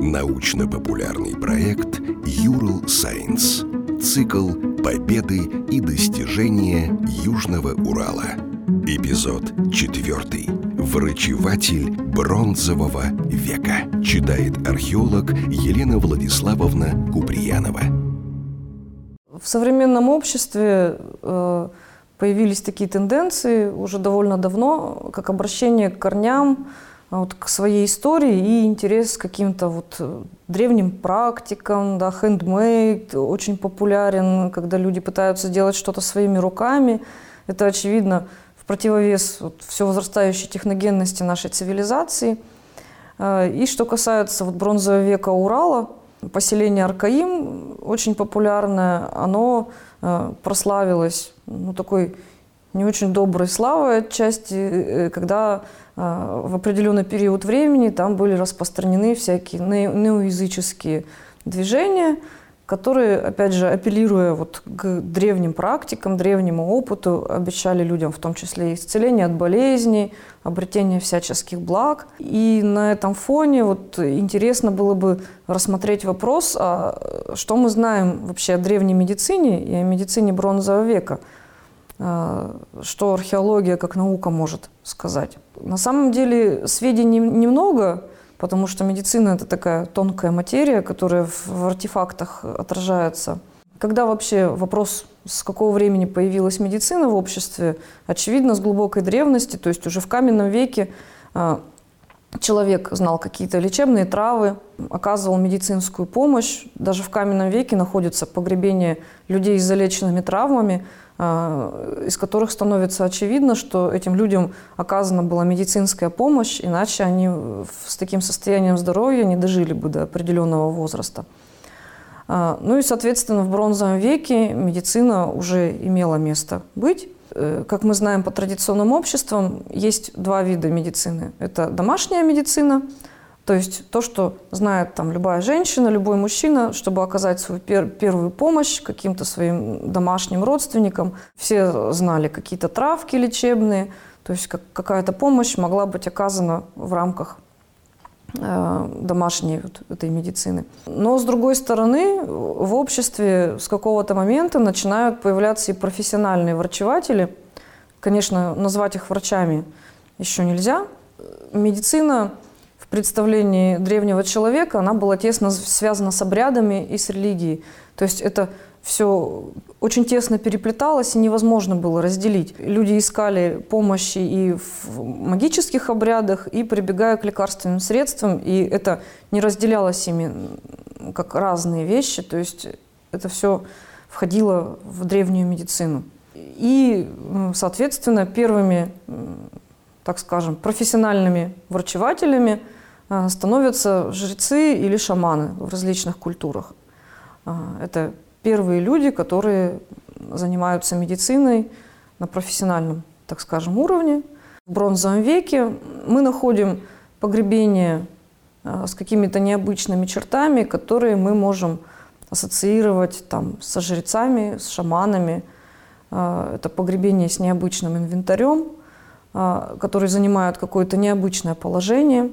Научно-популярный проект «Юрл Сайенс». Цикл «Победы и достижения Южного Урала». Эпизод 4. Врачеватель бронзового века. Читает археолог Елена Владиславовна Куприянова. В современном обществе появились такие тенденции уже довольно давно, как обращение к корням, к своей истории и интерес к каким-то древним практикам, хендмейд очень популярен, когда люди пытаются делать что-то своими руками. Это, очевидно, в противовес все возрастающей техногенности нашей цивилизации. И что касается бронзового века Урала, поселение Аркаим, очень популярное, оно прославилось такой не очень доброй славой отчасти, когда в определенный период времени там были распространены всякие неоязыческие движения, которые, опять же, апеллируя к древним практикам, древнему опыту, обещали людям в том числе исцеление от болезней, обретение всяческих благ. И на этом фоне интересно было бы рассмотреть вопрос, что мы знаем вообще о древней медицине и о медицине бронзового века, что археология как наука может сказать. На самом деле сведений немного, потому что медицина – это такая тонкая материя, которая в артефактах отражается. Когда вообще вопрос, с какого времени появилась медицина в обществе, очевидно, с глубокой древности, то есть уже в каменном веке человек знал какие-то лечебные травы, оказывал медицинскую помощь. Даже в каменном веке находятся погребения людей с залеченными травмами, из которых становится очевидно, что этим людям оказана была медицинская помощь, иначе они с таким состоянием здоровья не дожили бы до определенного возраста. И, соответственно, в бронзовом веке медицина уже имела место быть. Как мы знаем по традиционным обществам, есть два вида медицины. Это домашняя медицина, то есть то, что знает любая женщина, любой мужчина, чтобы оказать свою первую помощь каким-то своим домашним родственникам. Все знали какие-то травки лечебные, то есть какая-то помощь могла быть оказана в рамках домашней этой медицины. Но, с другой стороны, в обществе с какого-то момента начинают появляться и профессиональные врачеватели. Конечно, назвать их врачами еще нельзя. Медицина в представлении древнего человека, она была тесно связана с обрядами и с религией. То есть это все очень тесно переплеталось, и невозможно было разделить. Люди искали помощи и в магических обрядах, и прибегая к лекарственным средствам, и это не разделялось ими как разные вещи, то есть это все входило в древнюю медицину. И, соответственно, первыми, так скажем, профессиональными врачевателями становятся жрецы или шаманы в различных культурах. Это первые люди, которые занимаются медициной на профессиональном, так скажем, уровне. В бронзовом веке мы находим погребения с какими-то необычными чертами, которые мы можем ассоциировать со жрецами, с шаманами. Это погребения с необычным инвентарем, которые занимают какое-то необычное положение.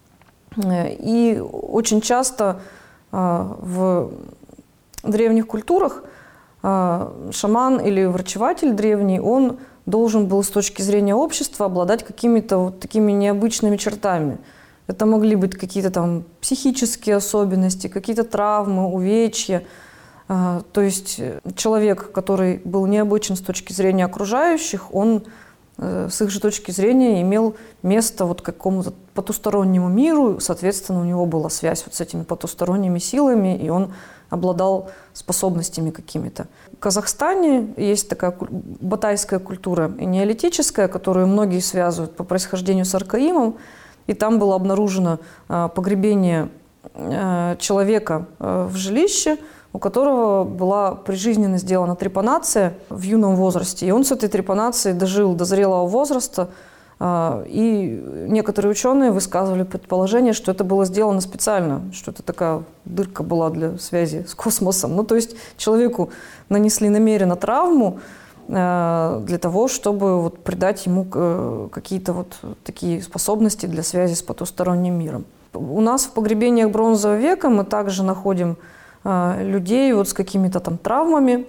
И очень часто в древних культурах шаман или врачеватель древний, он должен был с точки зрения общества обладать какими-то такими необычными чертами. Это могли быть какие-то психические особенности, какие-то травмы, увечья. То есть человек, который был необычен с точки зрения окружающих, он с их же точки зрения имел место к какому-то потустороннему миру, соответственно, у него была связь с этими потусторонними силами, и он обладал способностями какими-то. В Казахстане есть такая батайская культура неолитическая, которую многие связывают по происхождению с Аркаимом, и там было обнаружено погребение человека в жилище, у которого была прижизненно сделана трепанация в юном возрасте. И он с этой трепанацией дожил до зрелого возраста. И некоторые ученые высказывали предположение, что это было сделано специально, что это такая дырка была для связи с космосом. То есть человеку нанесли намеренно травму для того, чтобы придать ему какие-то такие способности для связи с потусторонним миром. У нас в погребениях бронзового века мы также находим людей вот с какими-то там травмами.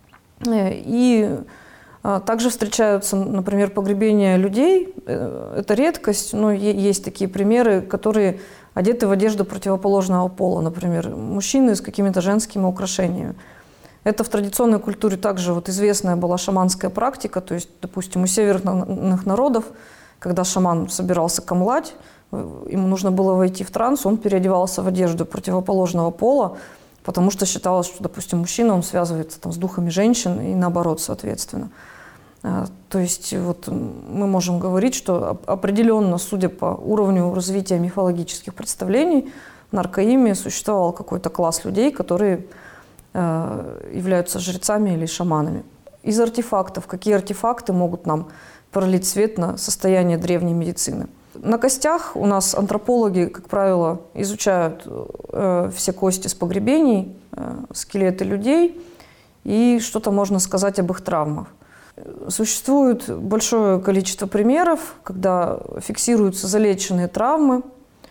И также встречаются, например, погребения людей. Это редкость, но есть такие примеры, которые одеты в одежду противоположного пола. Например, мужчины с какими-то женскими украшениями. Это в традиционной культуре также вот известная была шаманская практика. То есть, допустим, у северных народов, когда шаман собирался камлать, ему нужно было войти в транс, он переодевался в одежду противоположного пола, потому что считалось, что, допустим, мужчина, он связывается там с духами женщин и наоборот, соответственно. То есть вот мы можем говорить, что определенно, судя по уровню развития мифологических представлений, в Наркоиме существовал какой-то класс людей, которые являются жрецами или шаманами. Из артефактов. Какие артефакты могут нам пролить свет на состояние древней медицины? На костях у нас антропологи, как правило, изучают все кости с погребений, скелеты людей, и что-то можно сказать об их травмах. Существует большое количество примеров, когда фиксируются залеченные травмы,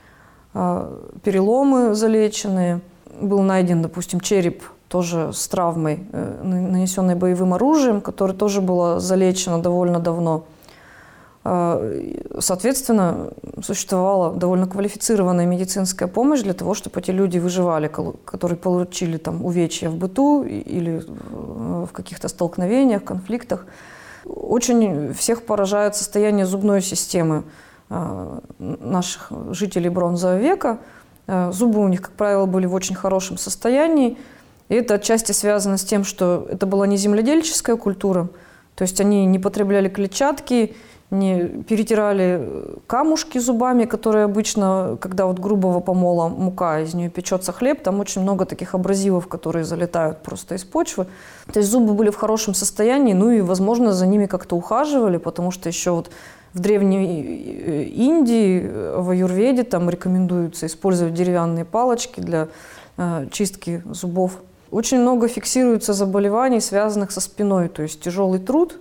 переломы залеченные. Был найден, допустим, череп тоже с травмой, нанесенной боевым оружием, которая тоже была залечена довольно давно. Соответственно, существовала довольно квалифицированная медицинская помощь для того, чтобы эти люди выживали, которые получили там увечья в быту или в каких-то столкновениях, конфликтах. Очень всех поражает состояние зубной системы наших жителей бронзового века. Зубы у них, как правило, были в очень хорошем состоянии. И это отчасти связано с тем, что это была не земледельческая культура, то есть они не потребляли клетчатки, не перетирали камушки зубами, которые обычно, когда вот грубого помола мука, из нее печется хлеб, там очень много таких абразивов, которые залетают просто из почвы. То есть зубы были в хорошем состоянии, ну и, возможно, за ними как-то ухаживали, потому что еще вот в Древней Индии, в аюрведе там рекомендуется использовать деревянные палочки для чистки зубов. Очень много фиксируется заболеваний, связанных со спиной, то есть тяжелый труд.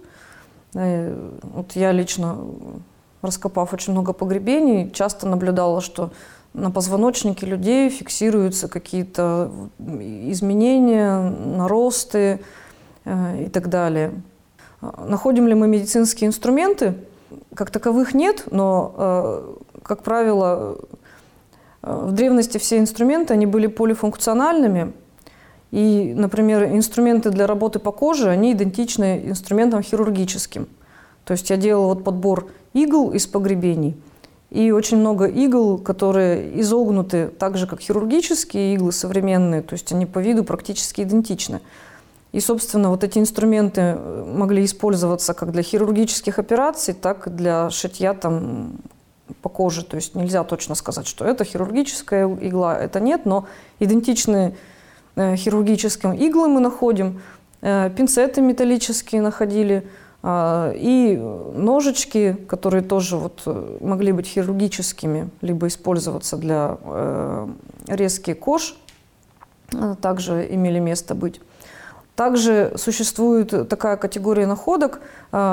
Вот я лично, раскопав очень много погребений, часто наблюдала, что на позвоночнике людей фиксируются какие-то изменения, наросты и так далее. Находим ли мы медицинские инструменты? Как таковых нет, но, как правило, в древности все инструменты, они были полифункциональными. И, например, инструменты для работы по коже, они идентичны инструментам хирургическим. То есть я делала вот подбор игл из погребений. И очень много игл, которые изогнуты так же, как хирургические иглы современные. То есть они по виду практически идентичны. И, собственно, вот эти инструменты могли использоваться как для хирургических операций, так и для шитья там по коже. То есть нельзя точно сказать, что это хирургическая игла, это нет, но идентичные хирургическим иглы мы находим, пинцеты металлические находили, и ножички, которые тоже вот могли быть хирургическими, либо использоваться для резки кож, также имели место быть. Также существует такая категория находок.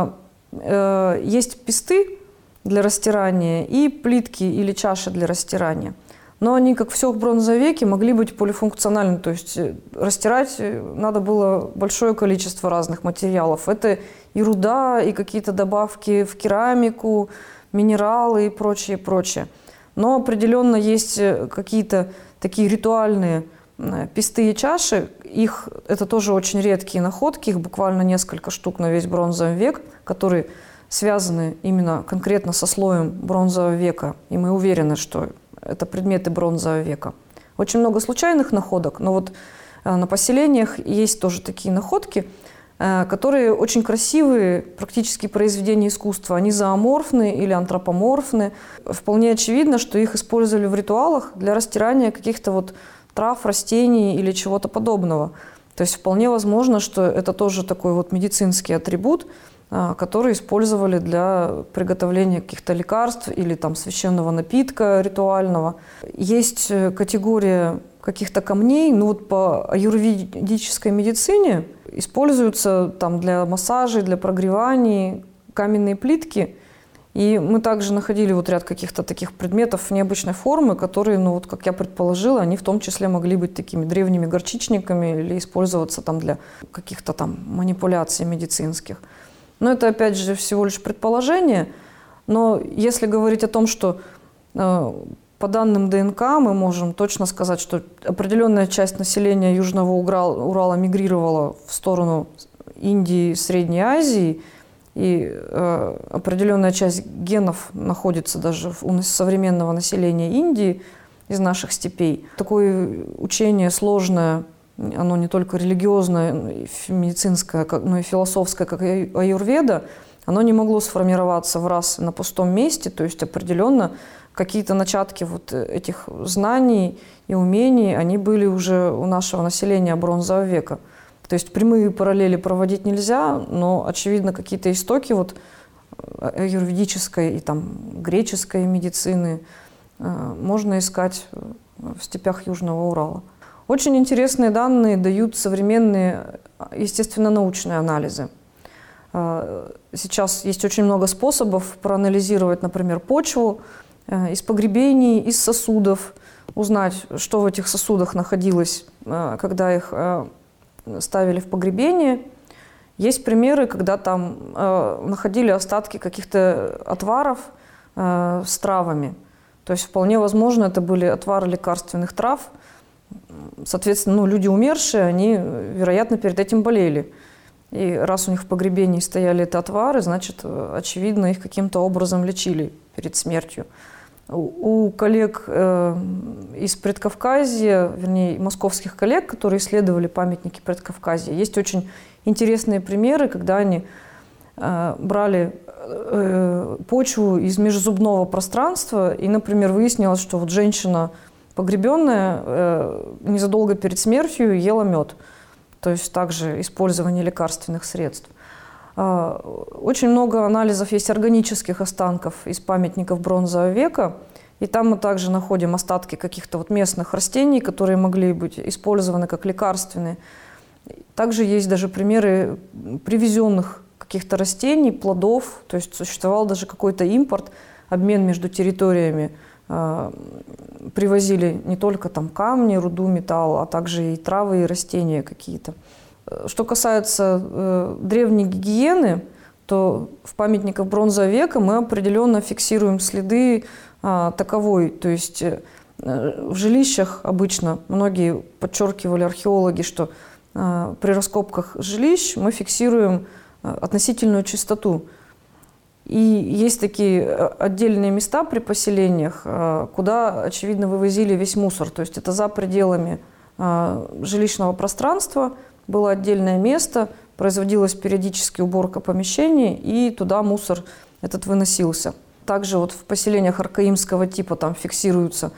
Есть песты для растирания и плитки или чаши для растирания. Но они, как все в бронзовом веке, могли быть полифункциональны. То есть растирать надо было большое количество разных материалов. Это и руда, и какие-то добавки в керамику, минералы и прочее, прочее. Но определенно есть какие-то такие ритуальные песты и чаши. Это тоже очень редкие находки, их буквально несколько штук на весь бронзовый век, которые связаны именно конкретно со слоем бронзового века. И мы уверены, что это предметы бронзового века. Очень много случайных находок, но вот на поселениях есть тоже такие находки, которые очень красивые, практически произведения искусства. Они зооморфны или антропоморфны. Вполне очевидно, что их использовали в ритуалах для растирания каких-то вот трав, растений или чего-то подобного. То есть вполне возможно, что это тоже такой вот медицинский атрибут, которые использовали для приготовления каких-то лекарств или там священного напитка ритуального. Есть категория каких-то камней, ну вот по аюрведической медицине используются там для массажей, для прогреваний каменные плитки. И мы также находили вот ряд каких-то таких предметов необычной формы, которые, ну вот как я предположила, они в том числе могли быть такими древними горчичниками или использоваться там для каких-то там манипуляций медицинских. Но это, опять же, всего лишь предположение. Но если говорить о том, что по данным ДНК мы можем точно сказать, что определенная часть населения Южного Урала мигрировала в сторону Индии, Средней Азии, и определенная часть генов находится даже у современного населения Индии из наших степей. Такое учение сложное, оно не только религиозное, медицинское, но и философское, как и аюрведа, оно не могло сформироваться в раз на пустом месте, то есть определенно какие-то начатки вот этих знаний и умений, они были уже у нашего населения бронзового века. То есть прямые параллели проводить нельзя, но, очевидно, какие-то истоки вот аюрведической и там греческой медицины можно искать в степях Южного Урала. Очень интересные данные дают современные естественно-научные анализы. Сейчас есть очень много способов проанализировать, например, почву из погребений, из сосудов, узнать, что в этих сосудах находилось, когда их ставили в погребение. Есть примеры, когда там находили остатки каких-то отваров с травами. То есть вполне возможно, это были отвары лекарственных трав. Соответственно, люди умершие, они, вероятно, перед этим болели. И раз у них в погребении стояли эти отвары, значит, очевидно, их каким-то образом лечили перед смертью. У коллег из Предкавказья, вернее, московских коллег, которые исследовали памятники Предкавказья, есть очень интересные примеры, когда они брали почву из межзубного пространства, и, например, выяснилось, что вот женщина погребенная незадолго перед смертью ела мед, то есть также использование лекарственных средств. Очень много анализов есть органических останков из памятников бронзового века, и там мы также находим остатки каких-то вот местных растений, которые могли быть использованы как лекарственные. Также есть даже примеры привезенных каких-то растений, плодов, то есть существовал даже какой-то импорт, обмен между территориями. Привозили не только там камни, руду, металл, а также и травы, и растения какие-то. Что касается древней гигиены, то в памятниках бронзового века мы определенно фиксируем следы таковой. То есть в жилищах обычно многие подчеркивали археологи, что при раскопках жилищ мы фиксируем относительную чистоту. И есть такие отдельные места при поселениях, куда, очевидно, вывозили весь мусор. То есть это за пределами жилищного пространства было отдельное место, производилась периодически уборка помещений, и туда мусор этот выносился. Также вот в поселениях аркаимского типа там фиксируются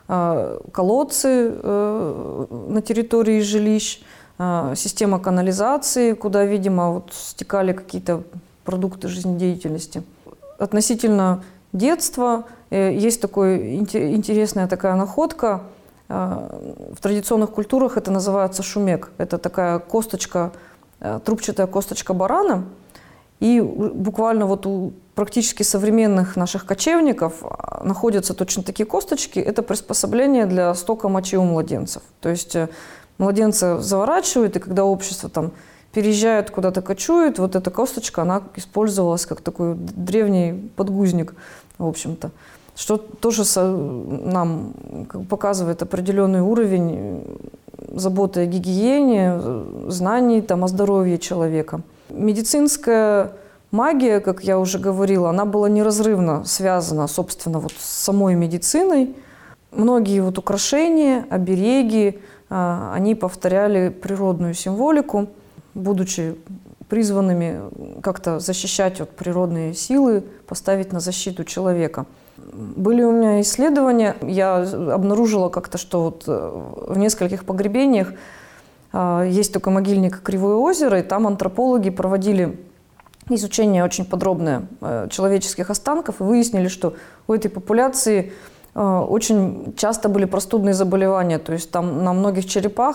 колодцы на территории жилищ, система канализации, куда, видимо, вот стекали какие-то продукты жизнедеятельности. Относительно детства есть интересная такая находка. В традиционных культурах это называется шумек. Это такая косточка, трубчатая косточка барана. И буквально вот у практически современных наших кочевников находятся точно такие косточки. Это приспособление для стока мочи у младенцев. То есть младенца заворачивают, и когда общество там переезжает куда-то, кочует, вот эта косточка, она использовалась как такой древний подгузник, в общем-то. Что тоже нам показывает определенный уровень заботы о гигиене, знаний там, о здоровье человека. Медицинская магия, как я уже говорила, она была неразрывно связана, собственно, вот с самой медициной. Многие вот украшения, обереги, они повторяли природную символику, будучи призванными как-то защищать от природные силы, поставить на защиту человека. Были у меня исследования, я обнаружила как-то, что вот в нескольких погребениях есть только могильник Кривое озеро, и там антропологи проводили изучение очень подробное человеческих останков и выяснили, что у этой популяции очень часто были простудные заболевания, то есть там на многих черепах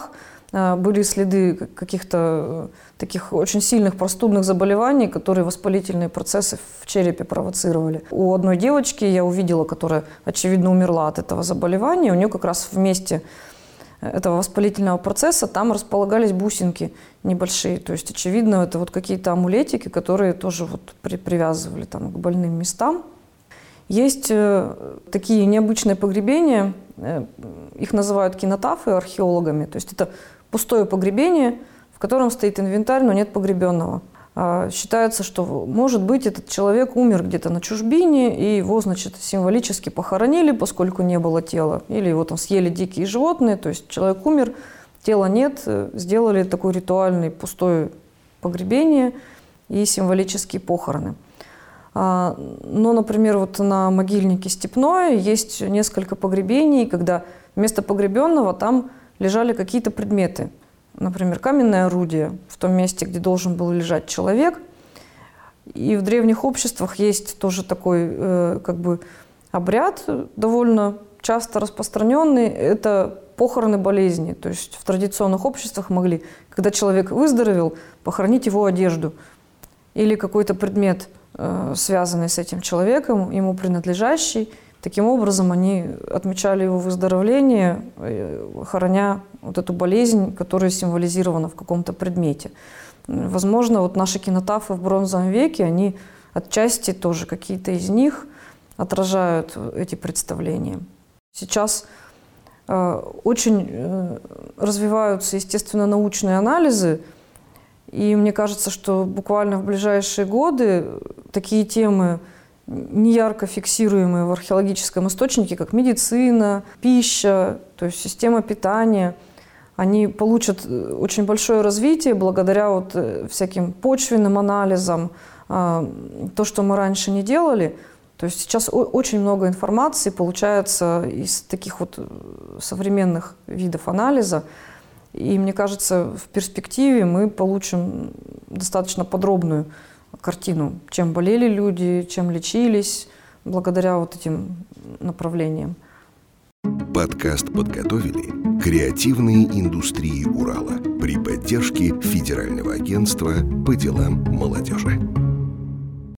были следы каких-то таких очень сильных простудных заболеваний, которые воспалительные процессы в черепе провоцировали. У одной девочки я увидела, которая, очевидно, умерла от этого заболевания, у нее как раз в месте этого воспалительного процесса там располагались бусинки небольшие. То есть, очевидно, это вот какие-то амулетики, которые тоже вот привязывали там к больным местам. Есть такие необычные погребения, их называют кинотафы археологами. То есть это пустое погребение, в котором стоит инвентарь, но нет погребенного. Считается, что, может быть, этот человек умер где-то на чужбине, и его, значит, символически похоронили, поскольку не было тела. Или его там съели дикие животные, то есть человек умер, тела нет, сделали такое ритуальное пустое погребение и символические похороны. Но, например, вот на могильнике Степное есть несколько погребений, когда вместо погребенного там лежали какие-то предметы. Например, каменное орудие в том месте, где должен был лежать человек. И в древних обществах есть тоже такой как бы обряд, довольно часто распространенный. Это похороны болезни. То есть в традиционных обществах могли, когда человек выздоровел, похоронить его одежду или какой-то предмет, связанный с этим человеком, ему принадлежащий. Таким образом, они отмечали его выздоровление, хороня вот эту болезнь, которая символизирована в каком-то предмете. Возможно, вот наши кинотафы в бронзовом веке, они отчасти тоже, какие-то из них отражают эти представления. Сейчас очень развиваются естественно-научные анализы, и мне кажется, что буквально в ближайшие годы такие темы, неярко фиксируемые в археологическом источнике, как медицина, пища, то есть система питания, они получат очень большое развитие благодаря вот всяким почвенным анализам, то, что мы раньше не делали. То есть сейчас очень много информации получается из таких вот современных видов анализа. И мне кажется, в перспективе мы получим достаточно подробную картину, чем болели люди, чем лечились, благодаря вот этим направлениям. Подкаст подготовили креативные индустрии Урала при поддержке Федерального агентства по делам молодежи.